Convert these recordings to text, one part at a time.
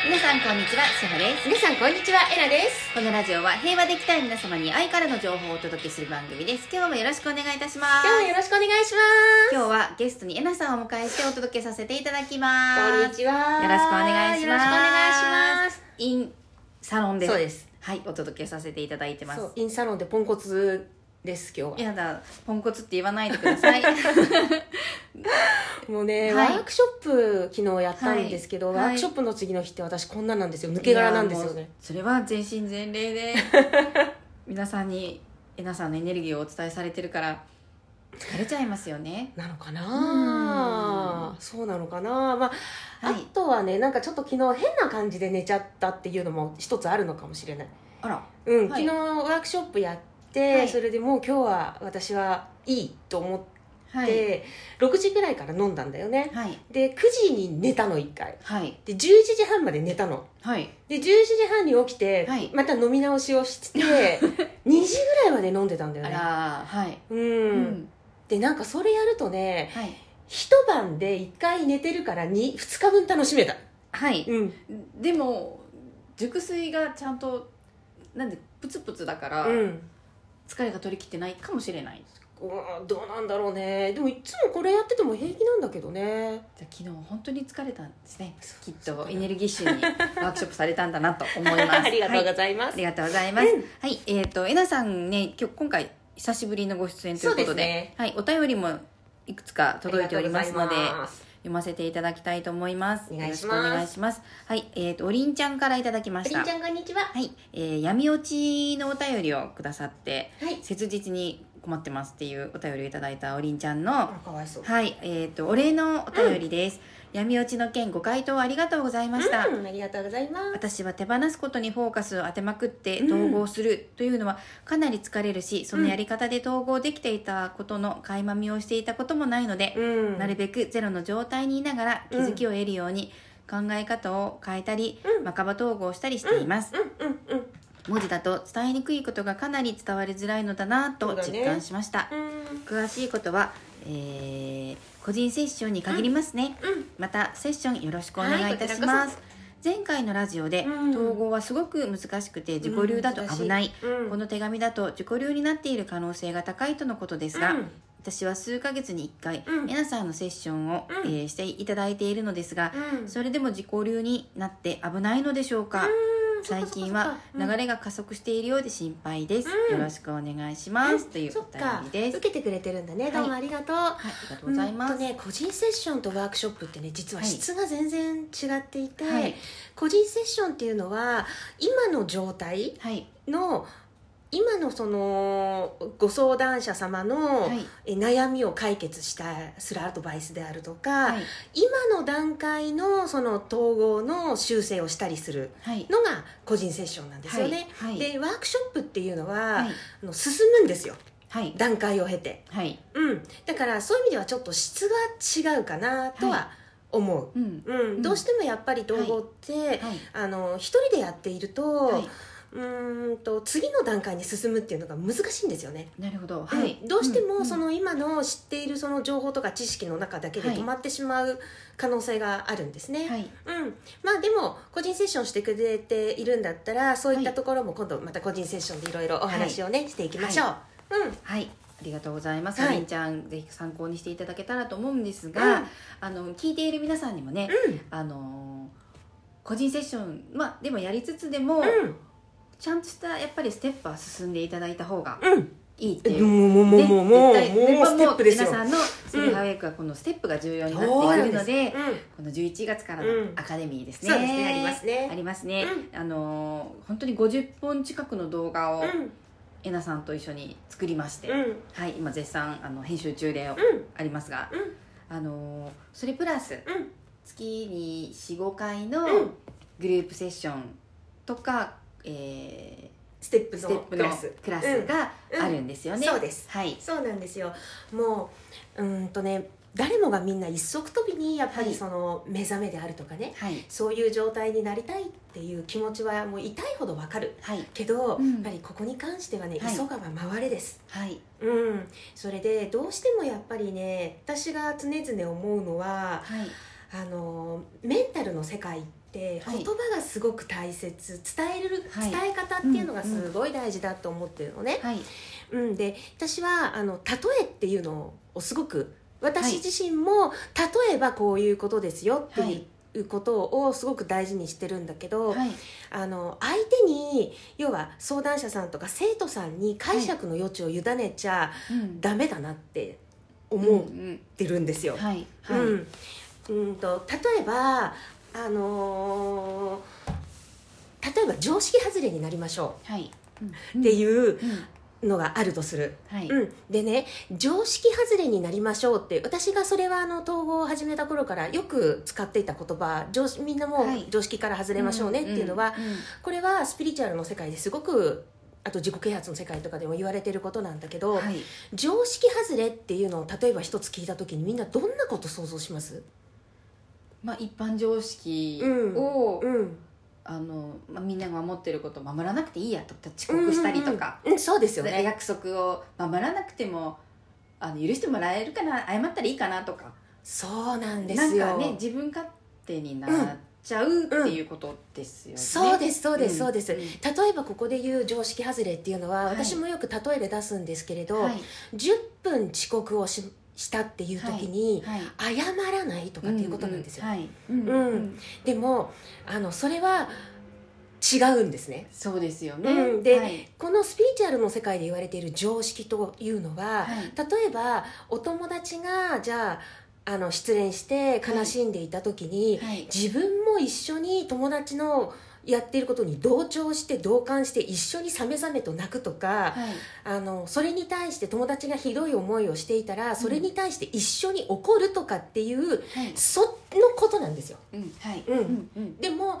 皆さんこんにちは、しほです。 皆さんこんにちは、エラです。 このラジオは平和で生きたい皆様に愛からの情報をお届けする番組です。今日もよろしくお願いいたします。 今日もよろしくお願いします。 今日はゲストにえなさんをお迎えしてお届けさせていただきます。 こんにちは。 よろしくお願いします。 よろしくお願いします。 インサロンでそうです。 はい、お届けさせていただいてます。 そう、インサロンでポンコツです今日は。 やだ、ポンコツって言わないでください。 もうね、 はいワークショップ昨日やったんですけど、 はいワークショップの次の日って私こんなんなんですよ。抜け殻なんですよね。 それは全身全霊で皆さんにえなさんのエネルギーをお伝えされてるから疲れちゃいますよね。 なのかな、そうなのかな。まあ、 はいあとはね、なんかちょっと昨日変な感じで寝ちゃったっていうのも一つあるのかもしれない。 あら、 うん、 はい昨日ワークショップやって、 はい、 それでもう今日は私はいいと思ってはいで6時ぐらいから飲んだんだよね、 はいで9時に寝たの1回はいで11時半まで寝たのはいで11時半に起きて、 はいまた飲み直しをして2時ぐらいまで飲んでたんだよあね。 ら、はいでなんかそれやるとね、 はい一晩で1回寝てるから 2日分楽しめた。 はい、 うんでも熟睡がちゃんとなんでプツプツだから、 うん疲れが取りきってないかもしれない。 どうなんだろうね。でもいつもこれやってても平気なんだけどね。 じゃあ昨日本当に疲れたんですね。きっそうとエネルギッシュにワークショップされたんだなと思います。 ありがとうごいざいます、 ありがとうございます。はい、えなさんね、今回久しぶりのご出演ということで、 そうですね、 はい、お便りもいくつか届いておりますので、 ありがとうございます。 読ませていただきたいと思います。 お願いします。 よろしくお願いします。はい、おりんちゃんからいただきました。 おりんちゃんこんにちは。 はい、闇落ちのお便りをくださって、 はい。 切実に困ってますっていうお便りをいただいたおりんちゃんの、 かわいそう。 はい、お礼のお便りです。闇落ちの件ご回答ありがとうございました。 ありがとうございます。 私は手放すことにフォーカスを当てまくって統合するというのはかなり疲れるし、そのやり方で統合できていたことの垣間見をしていたこともないので、なるべくゼロの状態にいながら気づきを得るように考え方を変えたり、半ば統合したりしています。文字だと伝えにくいことがかなり伝わりづらいのだなと実感しました。詳しいことは、個人セッションに限りますね。またセッションよろしくお願いいたします。前回のラジオで、統合はすごく難しくて自己流だと危ない、この手紙だと自己流になっている可能性が高いとのことですが、私は数ヶ月に1回、えなさんのセッションを、していただいているのですが、それでも自己流になって危ないのでしょうか。最近は流れが加速しているようで心配です。よろしくお願いします。というお便りです。 受けてくれてるんだね。どうもありがとう。 はい、ありがとうございます。 個人セッションとワークショップってね、実は質が全然違っていて、 はい、 個人セッションっていうのは今の状態の、今のそのご相談者様の悩みを解決するアドバイスであるとか、今の段階のその統合の修正をしたりするのが個人セッションなんですよね。でワークショップっていうのは、進むんですよ、段階を経て、だからそういう意味ではちょっと質が違うかなとは思う。どうしてもやっぱり統合って、一人でやっていると、次の段階に進むっていうのが難しいんですよね。 なるほど、 どうしてもその今の知っているその情報とか知識の中だけで止まってしまう可能性があるんですね。まあでも個人セッションしてくれているんだったら、そういったところも今度また個人セッションでいろいろお話をね、していきましょう。 はい、ありがとうございます。りんちゃんぜひ参考にしていただけたらと思うんですが、聞いている皆さんにもね、個人セッション、でもやりつつでも、ちゃんとしたやっぱりステップは進んでいただいた方がいいっていう、 もうステップですよ。 皆さんのセルフアウェイクはこのステップが重要になっているので、この11月からのアカデミーですね。 そうですね、ありますね。 ありますね。本当に50本近くの動画をえなさんと一緒に作りまして、はい、今絶賛編集中でありますが、それプラス月に 4,5 回のグループセッションとか、 ステップのクラスがあるんですよね。 そうです、そうなんですよ。もう誰もがみんな一足飛びにやっぱりその目覚めであるとかね、そういう状態になりたいっていう気持ちはもう痛いほどわかる、けど、やっぱりここに関してはね、急がば回れです。それでどうしてもやっぱりね、私が常々思うのは、メンタルの世界ってって言葉がすごく大切、伝え方っていうのがすごい大事だと思ってるのね、で私は例えっていうのをすごく私自身も、例えばこういうことですよっていうことをすごく大事にしてるんだけど、相手に要は相談者さんとか生徒さんに解釈の余地を委ねちゃダメだなって思ってるんですよ。例えば常識外れになりましょうっていうのがあるとする、でね、常識外れになりましょうって、私がそれは統合を始めた頃からよく使っていた言葉、みんなも常識から外れましょうねっていうのは、これはスピリチュアルの世界ですごく、あと自己啓発の世界とかでも言われていることなんだけど、常識外れっていうのを例えば一つ聞いた時にみんなどんなこと想像します？ 一般常識を、みんなが守ってることを守らなくていいやとか、遅刻したりとか、 そうですよね、 約束を守らなくても許してもらえるかな、謝ったらいいかなとか、 そうなんですよ、 なんかね、自分勝手になっちゃうっていうことですよね、 そうですそうですそうです、例えばここで言う常識外れっていうのは、私もよく例えで出すんですけれど、10分遅刻をしたっていう時に、謝らないとかっていうことなんですよ。でもそれは違うんですね。 そうですよね。 で、このスピリチュアルの世界で言われている常識というのは、例えばお友達がじゃあ失恋して悲しんでいた時に、自分も一緒に友達のやっていることに同調して同感して一緒にさめざめと泣くとか、それに対して友達がひどい思いをしていたら、それに対して一緒に怒るとかっていう、そのことなんですよ。でも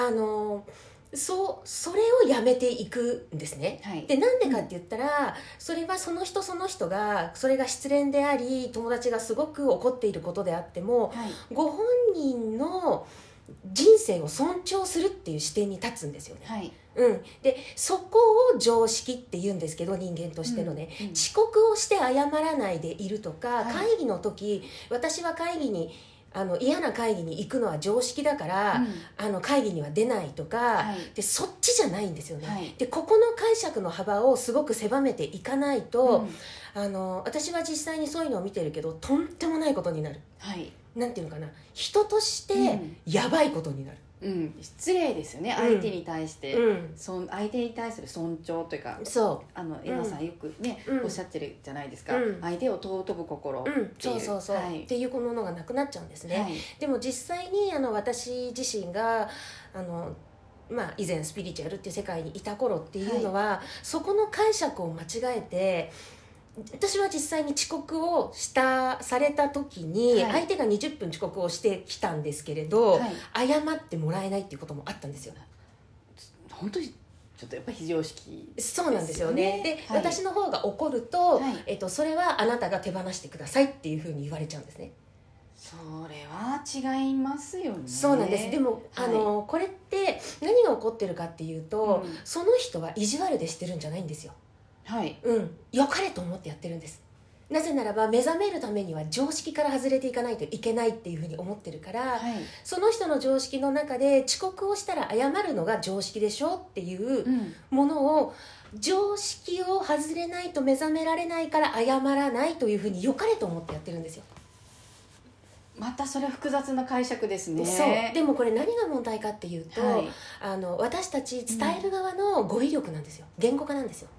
それをやめていくんですね、でなんでかって言ったら、それはその人その人がそれが失恋であり、友達がすごく怒っていることであっても、ご本人の人生を尊重するっていう視点に立つんですよね、でそこを常識って言うんですけど、人間としてのね、遅刻をして謝らないでいるとか、会議の時私は会議に嫌な会議に行くのは常識だから、会議には出ないとか、でそっちじゃないんですよね、でここの解釈の幅をすごく狭めていかないと、私は実際にそういうのを見てるけど、とんでもないことになる、なんていうのかな、人としてやばいことになる、 失礼ですよね、相手に対して、相手に対する尊重というか、エマさんよくね、おっしゃってるじゃないですか、相手を尊ぶ心っていう、 っていうものがなくなっちゃうんですね、でも実際に私自身が以前スピリチュアルっていう世界にいた頃っていうのは、そこの解釈を間違えて、私は実際に遅刻をされた時に、相手が20分遅刻をしてきたんですけれど、謝ってもらえないっていうこともあったんですよ。 本当にちょっとやっぱり非常識ですよね。そうなんですよね。で、私の方が怒ると、それはあなたが手放してくださいっていうふうに言われちゃうんですね。 それは違いますよね。 そうなんです。でも、これって何が起こってるかっていうと、その人は意地悪でしてるんじゃないんですよ。良かれと思ってやってるんです。なぜならば、目覚めるためには常識から外れていかないといけないっていうふうに思ってるから、その人の常識の中で遅刻をしたら謝るのが常識でしょっていうものを、常識を外れないと目覚められないから謝らないというふうに良かれと思ってやってるんですよ。 またそれは複雑な解釈ですね。 そう。でもこれ何が問題かっていうと、私たち伝える側の語彙力なんですよ。言語化なんですよ。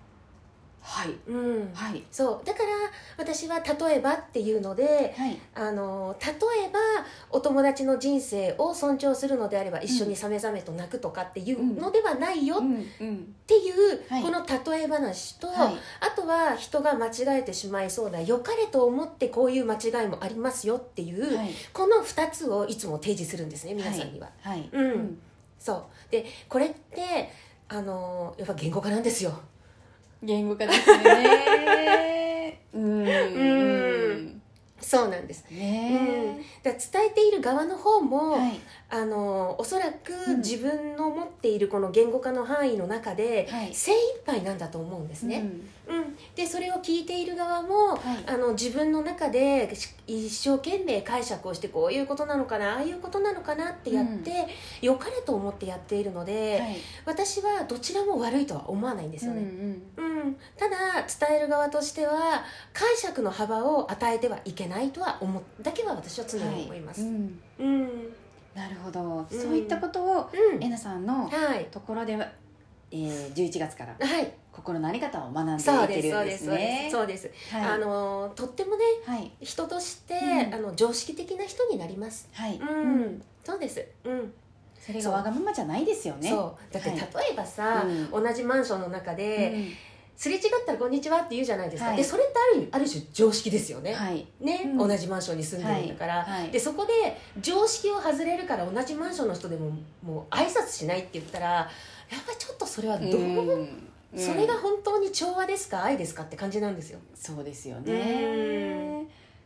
そうだから私は例えばっていうので、例えばお友達の人生を尊重するのであれば一緒にさめざめと泣くとかっていうのではないよっていう、この例え話と、あとは人が間違えてしまいそうな良かれと思ってこういう間違いもありますよっていう、この2つをいつも提示するんですね、皆さんには。そうで、これってやっぱ言語化なんですよ。 言語化ですねそうなんです、 ね、 だから伝えている側の方も、 はい、 おそらく自分の持っているこの言語化の範囲の中で精一杯なんだと思うんですね、でそれを聞いている側も、自分の中で一生懸命解釈をしてこういうことなのかなああいうことなのかなってやって、良かれと思ってやっているので、私はどちらも悪いとは思わないんですよね、ただ伝える側としては解釈の幅を与えてはいけないとはだけは私は常に思います、 なるほど、そういったことをえなさんのところでは、11月から心の在り方を学んでいけるんですね。 そうです、とってもね、人として、常識的な人になります。そうです、 それがわがままじゃないですよね。 そうだって例えばさ、同じマンションの中で、すれ違ったらこんにちはって言うじゃないですか、でそれってある種常識ですよね、同じマンションに住んでるんだから、でそこで常識を外れるから同じマンションの人でももう挨拶しないって言ったら、やっぱりちょっとそれはそれが本当に調和ですか愛ですかって感じなんですよ。 そうですよね。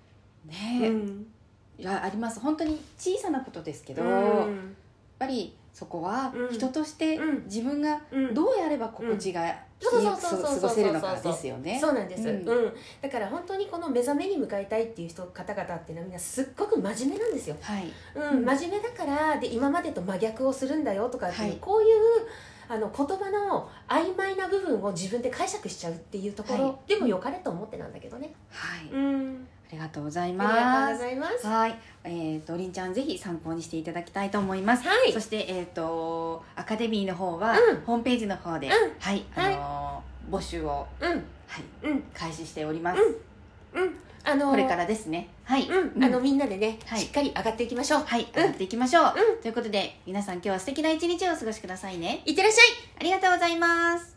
いやあります。本当に小さなことですけど、やっぱりそこは人として自分がどうやれば心地が過ごせるのかですよね。 そうなんです、だから本当にこの目覚めに向かいたいっていう方々っていうのはみんなすっごく真面目なんですよ、真面目だからで今までと真逆をするんだよとかっていう、こういう言葉の曖昧な部分を自分で解釈しちゃうっていうところ、でも良かれと思ってなんだけどね。 ありがとうございます。 ありがとうございます。 はい、りんちゃんぜひ参考にしていただきたいと思います。そしてアカデミーの方は、ホームページの方で、募集を、開始しております。これからですね。 みんなでね、しっかり上がっていきましょう。 上がっていきましょう。ということで皆さん今日は素敵な一日をお過ごしくださいね。 いってらっしゃい。 ありがとうございます。